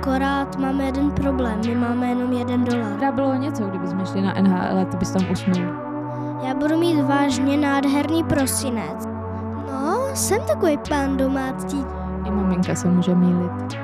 akorát máme jeden problém, my máme jenom $1. Teda bylo něco, kdybychom šli na NHL a ty bys tam usnul. Já budu mít vážně nádherný prosinec. No, jsem takový pán domácí. I maminka se může mýlit.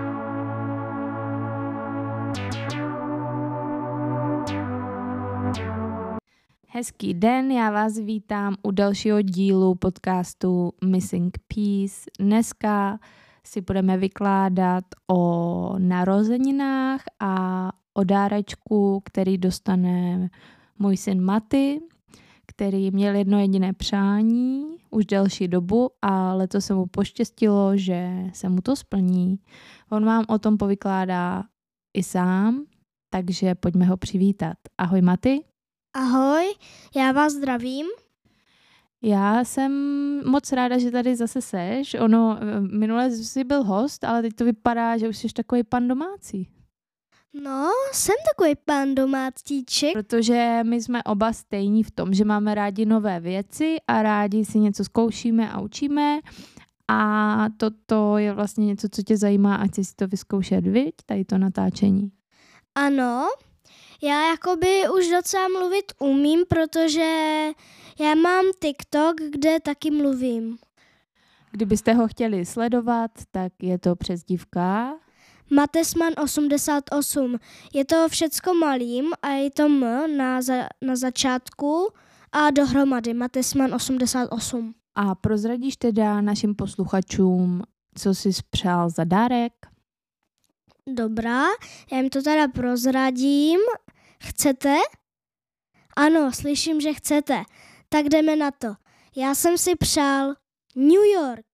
Hezký den, já vás vítám u dalšího dílu podcastu Missing Piece. Dneska si budeme vykládat o narozeninách a o dárečku, který dostane můj syn Maty, který měl jedno jediné přání už delší dobu a letos se mu poštěstilo, že se mu to splní. On vám o tom povykládá i sám, takže pojďme ho přivítat. Ahoj Maty. Ahoj, já vás zdravím. Já jsem moc ráda, že tady zase seš. Minule jsi byl host, ale teď to vypadá, že už jsi takový pan domácí. No, jsem takový pán domácíček. Protože my jsme oba stejní v tom, že máme rádi nové věci a rádi si něco zkoušíme a učíme. A toto je vlastně něco, co tě zajímá a chceš si to vyzkoušet, viď? Tady to natáčení. Ano, já jakoby už docela mluvit umím, protože já mám TikTok, kde taky mluvím. Kdybyste ho chtěli sledovat, tak je to přezdívka Matesman88. Je to všecko malým a je to M na začátku a dohromady Matesman88. A prozradíš teda našim posluchačům, co jsi přál za dárek? Dobrá, já jim to teda prozradím. Chcete? Ano, slyším, že chcete. Tak jdeme na to. Já jsem si přál New York.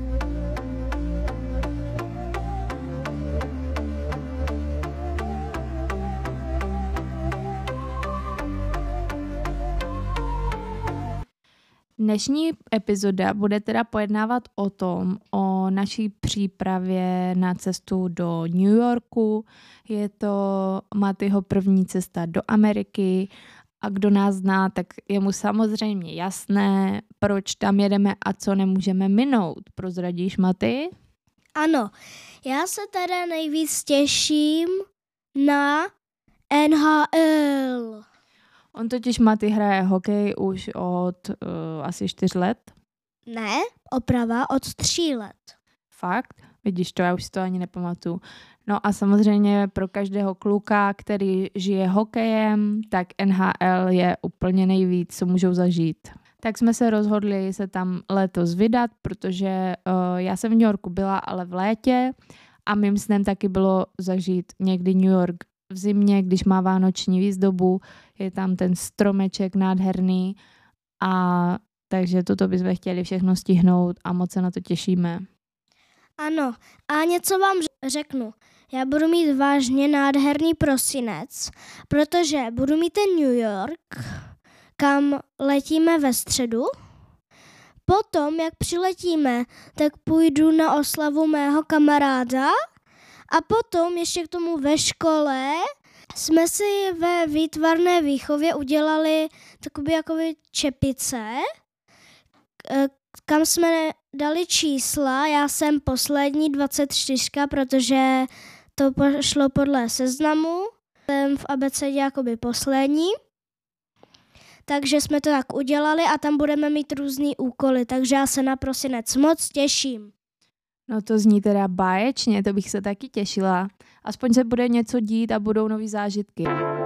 Dnešní epizoda bude teda pojednávat o naší přípravě na cestu do New Yorku. Je to Matyho první cesta do Ameriky a kdo nás zná, tak je mu samozřejmě jasné, proč tam jedeme a co nemůžeme minout. Prozradíš, Maty? Ano, já se teda nejvíc těším na NHL. On totiž Maty hraje hokej už od asi 4 let. Ne, oprava, od 3 let. Fakt? Vidíš to, já už si to ani nepamatuju. No a samozřejmě pro každého kluka, který žije hokejem, tak NHL je úplně nejvíc, co můžou zažít. Tak jsme se rozhodli se tam letos vydat, protože já jsem v New Yorku byla, ale v létě a mým snem taky bylo zažít někdy New York v zimě, když má vánoční výzdobu, je tam ten stromeček nádherný a takže toto bychom chtěli všechno stihnout a moc se na to těšíme. Ano, a něco vám řeknu. Já budu mít vážně nádherný prosinec, protože budu mít ten New York, kam letíme ve středu. Potom, jak přiletíme, tak půjdu na oslavu mého kamaráda a potom ještě k tomu ve škole jsme si ve výtvarné výchově udělali takové jakoby čepice, kam jsme dali čísla. Já jsem poslední 24, protože to pošlo podle seznamu. Jsem v abecedě jakoby poslední. Takže jsme to tak udělali a tam budeme mít různý úkoly, takže já se na prosinec moc těším. No to zní teda báječně, to bych se taky těšila. Aspoň se bude něco dít a budou nový zážitky.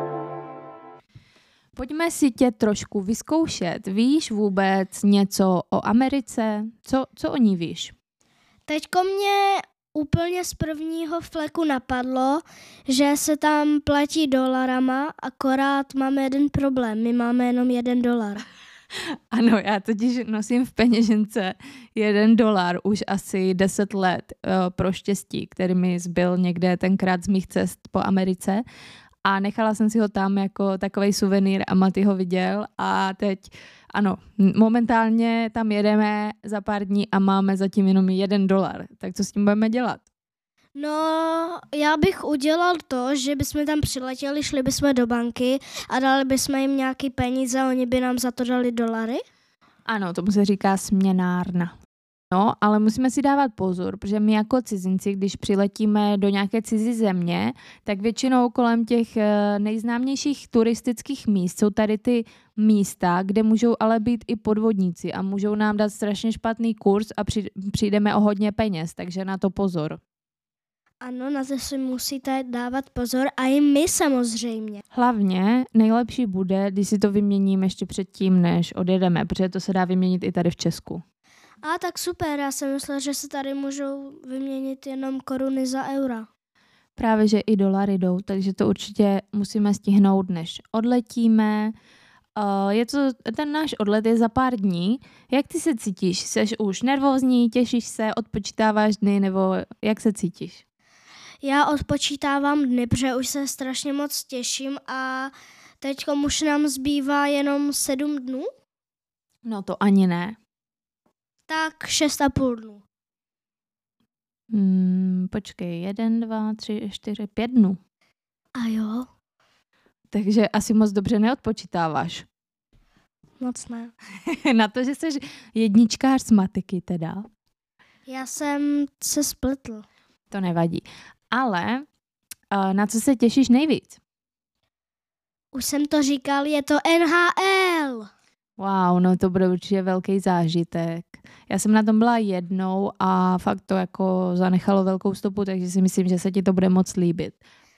Pojďme si tě trošku vyzkoušet. Víš vůbec něco o Americe? Co o ní víš? Teďko mě úplně z prvního fleku napadlo, že se tam platí dolarama, akorát máme jeden problém. My máme jenom $1. Ano, já totiž nosím v peněžence $1 už asi 10 let pro štěstí, který mi zbyl někde tenkrát z mých cest po Americe a nechala jsem si ho tam jako takovej suvenýr a Maty ho viděl a teď ano, momentálně tam jedeme za pár dní a máme zatím jenom $1. Tak co s tím budeme dělat? No, já bych udělal to, že bychom tam přiletěli, šli bychom do banky a dali bychom jim nějaký peníze a oni by nám za to dali dolary. Ano, tomu se říká směnárna. No, ale musíme si dávat pozor, protože my jako cizinci, když přiletíme do nějaké cizí země, tak většinou kolem těch nejznámějších turistických míst jsou tady ty místa, kde můžou ale být i podvodníci a můžou nám dát strašně špatný kurz a přijdeme o hodně peněz, takže na to pozor. Ano, na to si musíte dávat pozor a i my samozřejmě. Hlavně nejlepší bude, když si to vyměníme ještě předtím, než odjedeme, protože to se dá vyměnit i tady v Česku. A tak super, já jsem myslela, že se tady můžou vyměnit jenom koruny za eura. Právě, že i dolary jdou, takže to určitě musíme stihnout, než odletíme. Ten náš odlet je za pár dní. Jak ty se cítíš? Jseš už nervózní, těšíš se, odpočítáváš dny, nebo jak se cítíš? Já odpočítávám dny, protože už se strašně moc těším a teď už nám zbývá jenom 7 dnů. No to ani ne. Tak 6,5 dnů. Počkej, 1, 2, 3, 4, 5 dnů. A jo? Takže asi moc dobře neodpočítáváš. Moc ne. Na to, že jsi jedničkář z matiky teda. Já jsem se spletl. To nevadí. Ale na co se těšíš nejvíc? Už jsem to říkal, je to NHL. Wow, no to bude určitě velký zážitek. Já jsem na tom byla jednou a fakt to jako zanechalo velkou stopu, takže si myslím, že se ti to bude moc líbit.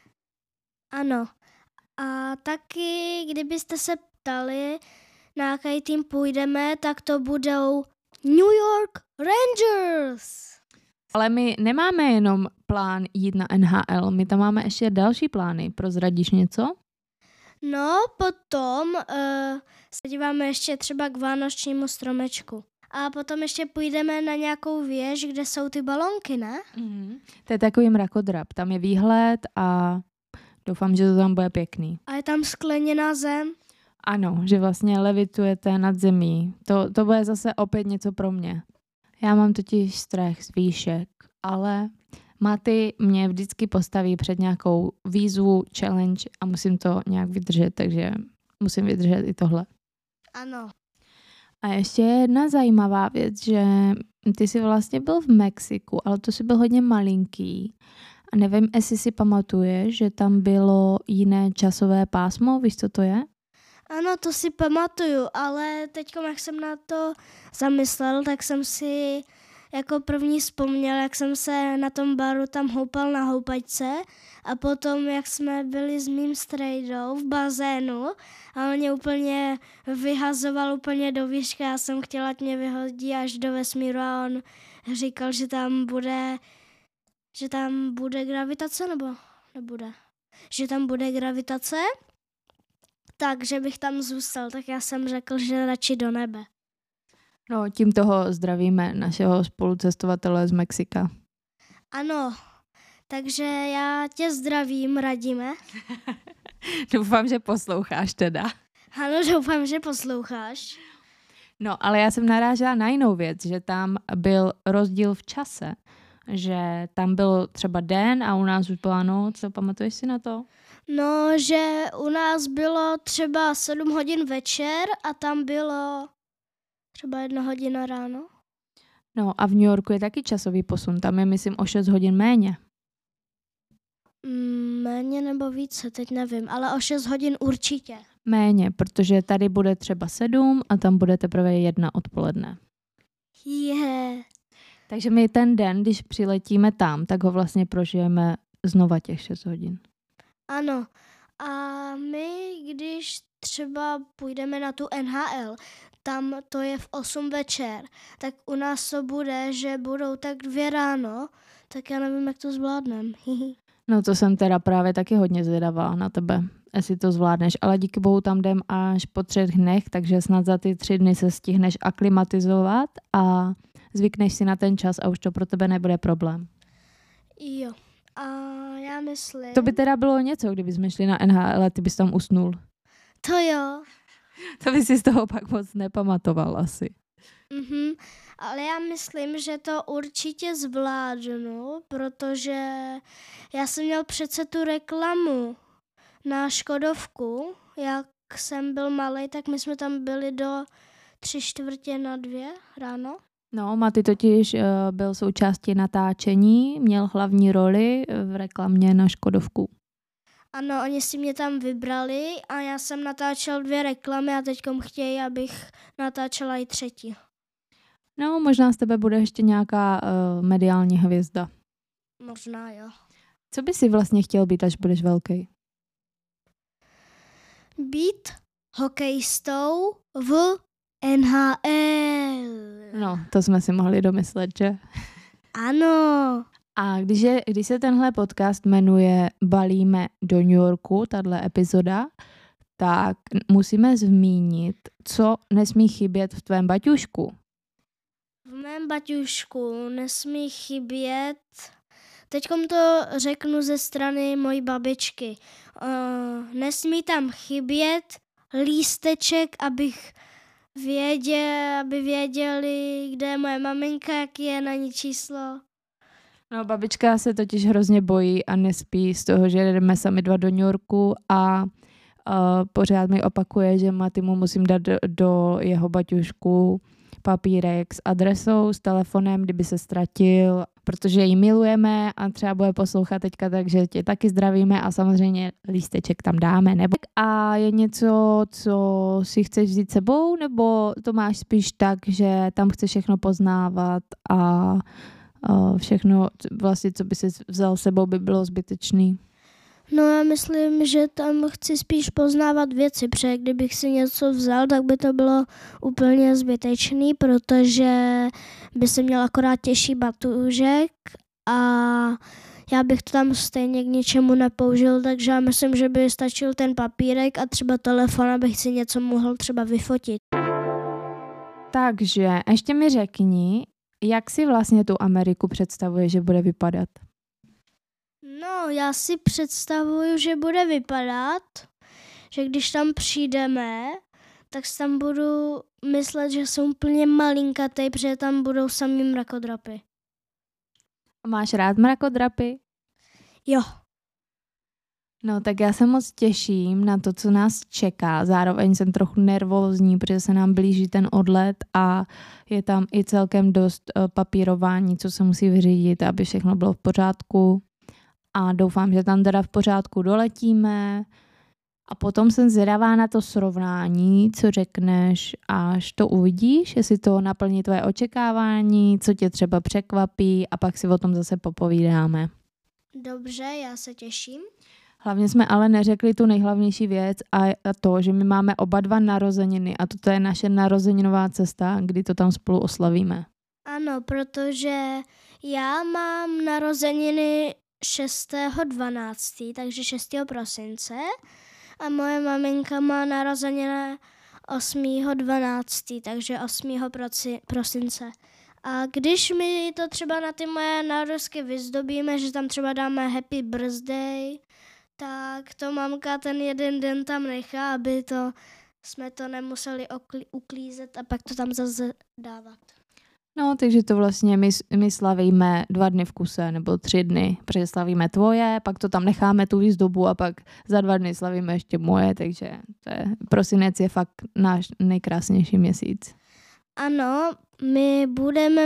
Ano. A taky, kdybyste se ptali, na jaký tým půjdeme, tak to budou New York Rangers. Ale my nemáme jenom plán jít na NHL, my tam máme ještě další plány. Prozradíš něco? No, potom se díváme ještě třeba k vánočnímu stromečku. A potom ještě půjdeme na nějakou věž, kde jsou ty balonky, ne? Mm-hmm. To je takový mrakodrap. Tam je výhled a doufám, že to tam bude pěkný. A je tam skleněná zem? Ano, že vlastně levitujete nad zemí. To bude zase opět něco pro mě. Já mám totiž strach z výšek, ale Maty mě vždycky postaví před nějakou výzvu, challenge a musím to nějak vydržet, takže musím vydržet i tohle. Ano. A ještě jedna zajímavá věc, že ty jsi vlastně byl v Mexiku, ale to jsi byl hodně malinký. A nevím, jestli si pamatuješ, že tam bylo jiné časové pásmo, víš, co to je? Ano, to si pamatuju, ale teď, jak jsem na to zamyslel, tak jsem si jako první vzpomněl, jak jsem se na tom baru tam houpal na houpačce a potom, jak jsme byli s mým strejdou v bazénu a on mě úplně vyhazoval úplně do výšky, já jsem chtěla, ať mě vyhodí až do vesmíru a on říkal, že tam bude gravitace, nebo nebude? Že tam bude gravitace, takže bych tam zůstal, tak já jsem řekl, že radši do nebe. No, tím toho zdravíme našeho spolucestovatele z Mexika. Ano, takže já tě zdravím, Radime. Doufám, že posloucháš teda. Ano, doufám, že posloucháš. No, ale já jsem narážela na jinou věc, že tam byl rozdíl v čase. Že tam byl třeba den a u nás už byla noc. Pamatuješ si na to? No, že u nás bylo třeba 7 hodin večer a tam bylo třeba 1 hodina ráno. No a v New Yorku je taky časový posun. Tam je, myslím, o 6 hodin méně. Méně nebo více, teď nevím, ale o 6 hodin určitě. Méně, protože tady bude třeba 7 a tam bude teprve 1 odpoledne. Takže my ten den, když přiletíme tam, tak ho vlastně prožijeme znova těch 6 hodin. Ano. A my, když třeba půjdeme na tu NHL, tam to je v 8 večer, tak u nás to bude, že budou tak 2 ráno, tak já nevím, jak to zvládnem. No to jsem teda právě taky hodně zvědavá na tebe, jestli to zvládneš, ale díky bohu tam jdem až po 3 dnech, takže snad za ty 3 dny se stihneš aklimatizovat a zvykneš si na ten čas a už to pro tebe nebude problém. Jo, a já myslím... To by teda bylo něco, kdyby jsme šli na NHL a ty bys tam usnul. To jo. To by si z toho pak moc nepamatoval asi. Ale já myslím, že to určitě zvládnu, protože já jsem měl přece tu reklamu na Škodovku, jak jsem byl malej, tak my jsme tam byli do 3/4 na 2 ráno. No, Maty totiž byl součástí natáčení, měl hlavní roli v reklamě na Škodovku. Ano, oni si mě tam vybrali a já jsem natáčel 2 reklamy a teďkom chtějí, abych natáčela i 3. No, možná z tebe bude ještě nějaká mediální hvězda. Možná jo. Co by si vlastně chtěl být, až budeš velký? Být hokejistou v NHL. No, to jsme si mohli domyslet, že? Ano. A když se tenhle podcast jmenuje Balíme do New Yorku, tahle epizoda, tak musíme zmínit, co nesmí chybět v tvém baťušku. V mém baťušku nesmí chybět, teďkom to řeknu ze strany mojí babičky, nesmí tam chybět lísteček, aby věděli, kde je moje maminka, jaký je na ní číslo. No, babička se totiž hrozně bojí a nespí z toho, že jdeme sami 2 do New Yorku a pořád mi opakuje, že Matymu musím dát do jeho baťušku papírek s adresou, s telefonem, kdyby se ztratil, protože ji milujeme a třeba bude poslouchat teďka, takže tě taky zdravíme a samozřejmě lísteček tam dáme. Nebo a je něco, co si chceš vzít sebou, nebo to máš spíš tak, že tam chceš všechno poznávat a všechno vlastně, co by si vzal sebou, by bylo zbytečný? No já myslím, že tam chci spíš poznávat věci, protože kdybych si něco vzal, tak by to bylo úplně zbytečný, protože by se měl akorát těžší batůžek a já bych to tam stejně k ničemu nepoužil, takže já myslím, že by stačil ten papírek a třeba telefon, abych si něco mohl třeba vyfotit. Takže ještě mi řekni, jak si vlastně tu Ameriku představuješ, že bude vypadat? No, já si představuju, že bude vypadat, že když tam přijdeme, tak si tam budu myslet, že jsou úplně malinkatej, protože tam budou samý mrakodrapy. Máš rád mrakodrapy? Jo. No, tak já se moc těším na to, co nás čeká. Zároveň jsem trochu nervózní, protože se nám blíží ten odlet a je tam i celkem dost papírování, co se musí vyřídit, aby všechno bylo v pořádku. A doufám, že tam teda v pořádku doletíme. A potom jsem zvědavá na to srovnání, co řekneš, až to uvidíš, jestli to naplní tvoje očekávání, co tě třeba překvapí a pak si o tom zase popovídáme. Dobře, já se těším. Hlavně jsme ale neřekli tu nejhlavnější věc a to, že my máme oba 2 narozeniny a toto je naše narozeninová cesta, kdy to tam spolu oslavíme. Ano, protože já mám narozeniny 6.12., takže 6. prosince a moje maminka má narozeniny 8.12., takže 8. prosince. A když my to třeba na ty moje narozky vyzdobíme, že tam třeba dáme happy birthday, tak to mamka ten jeden den tam nechá, aby jsme to nemuseli uklízet a pak to tam zase dávat. No, takže to vlastně my slavíme 2 dny v kuse nebo 3 dny, protože slavíme tvoje, pak to tam necháme tu výzdobu a pak za 2 dny slavíme ještě moje, takže prosinec je fakt náš nejkrásnější měsíc. Ano, my budeme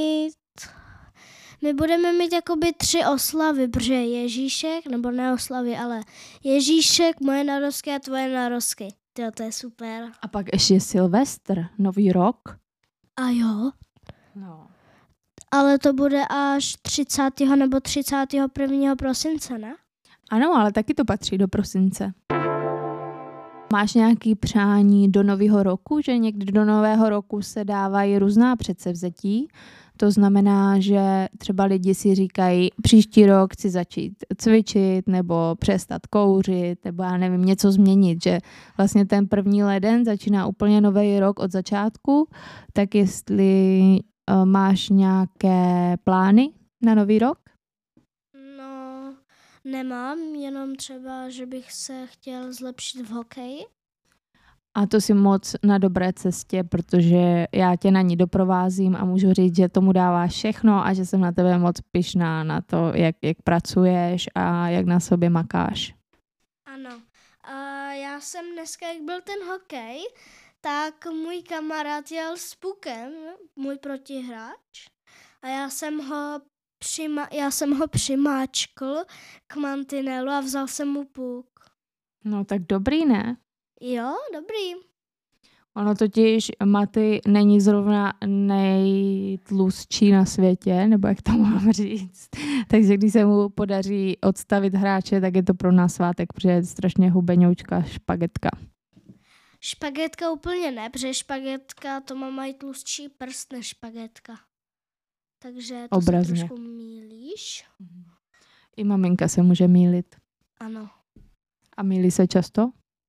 mít jakoby 3 oslavy, protože Ježíšek, nebo ne oslavy, ale Ježíšek, moje narozky a tvoje narozky. To je super. A pak ještě Silvestr, Nový rok. A jo. No. Ale to bude až 30. nebo 31. prosince, ne? Ano, ale taky to patří do prosince. Máš nějaké přání do nového roku, že někdy do nového roku se dávají různá předsevzetí? To znamená, že třeba lidi si říkají, příští rok chci začít cvičit nebo přestat kouřit nebo já nevím, něco změnit, že vlastně ten 1. leden začíná úplně nový rok od začátku, tak jestli máš nějaké plány na nový rok? No, nemám, jenom třeba, že bych se chtěl zlepšit v hokeji. A to si moc na dobré cestě, protože já tě na ní doprovázím a můžu říct, že tomu dáváš všechno a že jsem na tebe moc pyšná na to, jak pracuješ a jak na sobě makáš. Ano. A já jsem dneska, jak byl ten hokej, tak můj kamarád jel s pukem, můj protihráč, a já jsem ho přimáčkl k mantinelu a vzal jsem mu puk. No tak dobrý, ne? Jo, dobrý. Ono totiž Maty není zrovna nejtlustší na světě, nebo jak to mám říct. Takže když se mu podaří odstavit hráče, tak je to pro nás svátek, protože je strašně hubeňoučká špagetka. Špagetka úplně ne, protože špagetka to má mají tlustší prst než špagetka. Takže to Obrazně. se trošku mýlíš. I maminka se může mýlit. Ano. A mýlí se často?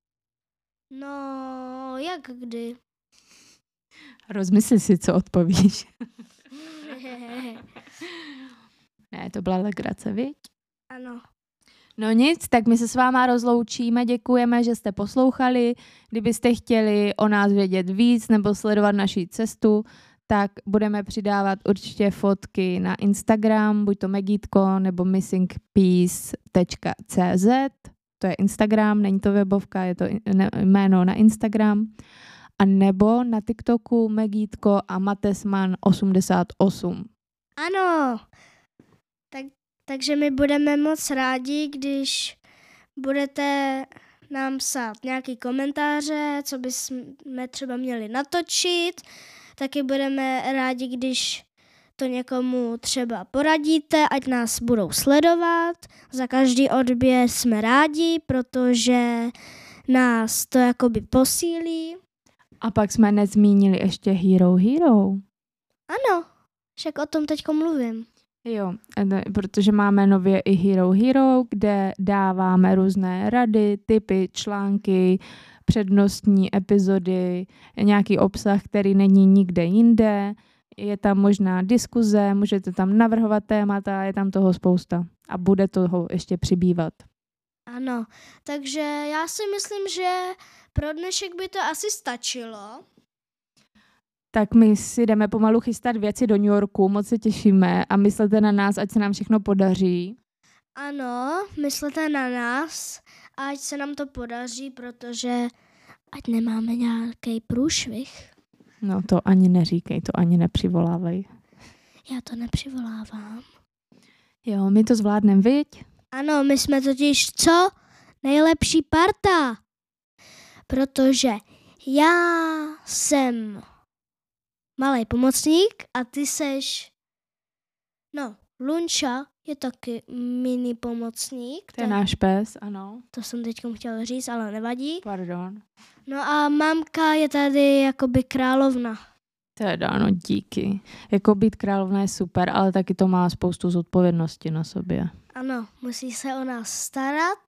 No, jak kdy? Rozmysli si, co odpovíš. Ne, to byla legrace, viď? Ano. No nic, tak my se s váma rozloučíme, děkujeme, že jste poslouchali. Kdybyste chtěli o nás vědět víc nebo sledovat naši cestu, tak budeme přidávat určitě fotky na Instagram, buď to Megítko nebo missingpiece.cz. To je Instagram, není to webovka, je to jméno na Instagram. A nebo na TikToku Megítko a Matesman 88. Ano. Takže my budeme moc rádi, když budete nám psát nějaký komentáře, co bychom třeba měli natočit. Taky budeme rádi, když to někomu třeba poradíte, ať nás budou sledovat. Za každý odběr jsme rádi, protože nás to jakoby posílí. A pak jsme nezmínili ještě Hero. Ano, však o tom teďko mluvím. Jo, protože máme nově i Hero, kde dáváme různé rady, tipy, články, přednostní epizody, nějaký obsah, který není nikde jinde. Je tam možná diskuze, můžete tam navrhovat témata, je tam toho spousta. A bude toho ještě přibývat. Ano, takže já si myslím, že pro dnešek by to asi stačilo. Tak my si jdeme pomalu chystat věci do New Yorku, moc se těšíme a myslete na nás, ať se nám všechno podaří. Ano, myslete na nás, ať se nám to podaří, protože ať nemáme nějaký průšvih. No to ani neříkej, to ani nepřivolávej. Já to nepřivolávám. Jo, my to zvládneme, viď? Ano, my jsme totiž co? Nejlepší parta. Protože já jsem malej pomocník a ty seš... No, Lunča je taky mini pomocník. To je náš pes, ano. To jsem teď chtěla říct, ale nevadí. Pardon. No a mamka je tady jakoby královna. Teda, no díky. Jako být královna je super, ale taky to má spoustu zodpovědnosti na sobě. Ano, musí se o nás starat.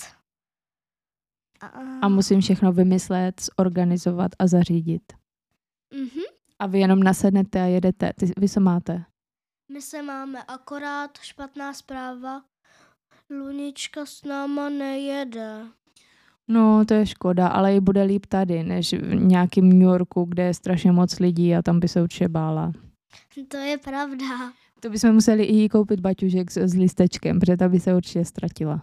A musím všechno vymyslet, zorganizovat a zařídit. Mhm. A vy jenom nasednete a jedete. Vy co máte? My se máme akorát špatná zpráva. Lunička s náma nejede. No, to je škoda, ale i bude líp tady, než v nějakém New Yorku, kde je strašně moc lidí a tam by se určitě bála. To je pravda. To bychom museli i jí koupit baťužek s listečkem, protože ta by se určitě ztratila.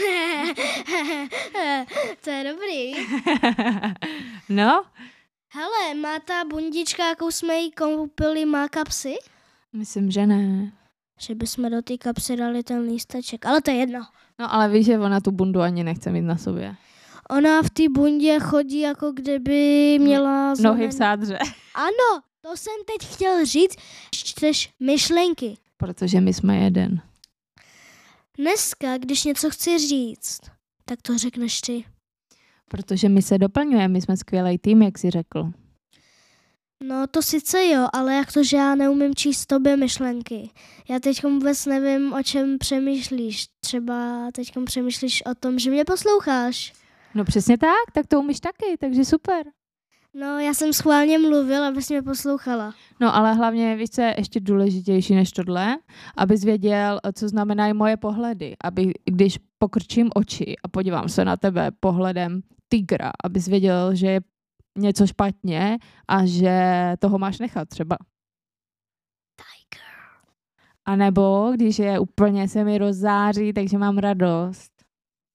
To je dobrý. No? Hele, má ta bundička, jakou jsme jí koupili, má kapsy? Myslím, že ne. Že bychom do té kapsy dali ten lísteček, ale to je jedno. No, ale víš, že ona tu bundu ani nechce mít na sobě. Ona v té bundě chodí, jako kdyby měla... Nohy v sádře. Ano, to jsem teď chtěl říct. Čteš myšlenky. Protože my jsme jeden. Dneska, když něco chci říct, tak to řekneš ty. Protože my se doplňujeme, my jsme skvělý tým, jak jsi řekl. No to sice jo, ale jak to, že já neumím číst tobě myšlenky. Já teď vůbec nevím, o čem přemýšlíš. Třeba teď přemýšlíš o tom, že mě posloucháš. No přesně tak to umíš taky, takže super. No já jsem schválně mluvil, abys mě poslouchala. No ale hlavně, víš, co je ještě důležitější než tohle, abys věděl, co znamenají moje pohledy. Aby, když pokrčím oči a podívám se na tebe pohledem tygra, abys věděl, že je něco špatně a že toho máš nechat třeba. Tiger. A nebo když je úplně se mi rozzáří, takže mám radost.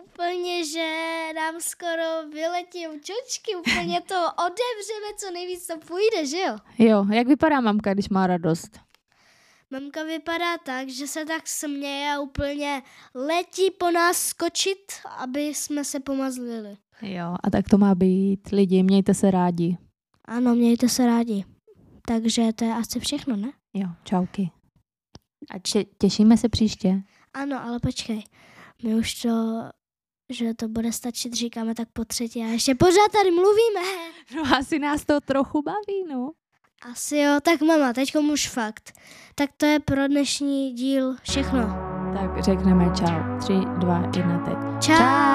úplně, že nám skoro vyletí čočky, úplně to otevřeme, co nejvíc to půjde, že jo? Jo, jak vypadá mamka, když má radost? Mamka vypadá tak, že se tak směje a úplně letí po nás skočit, aby jsme se pomazlili. Jo, a tak to má být. Lidi, mějte se rádi. Ano, mějte se rádi. Takže to je asi všechno, ne? Jo, čauky. A těšíme se příště. Ano, ale počkej. My už to, že to bude stačit, říkáme tak po třetí a ještě pořád tady mluvíme. No asi nás to trochu baví, no. Asi jo, tak mama, teďkom už fakt. Tak to je pro dnešní díl všechno. Tak řekneme čau. 3, 2, 1, teď. Čau!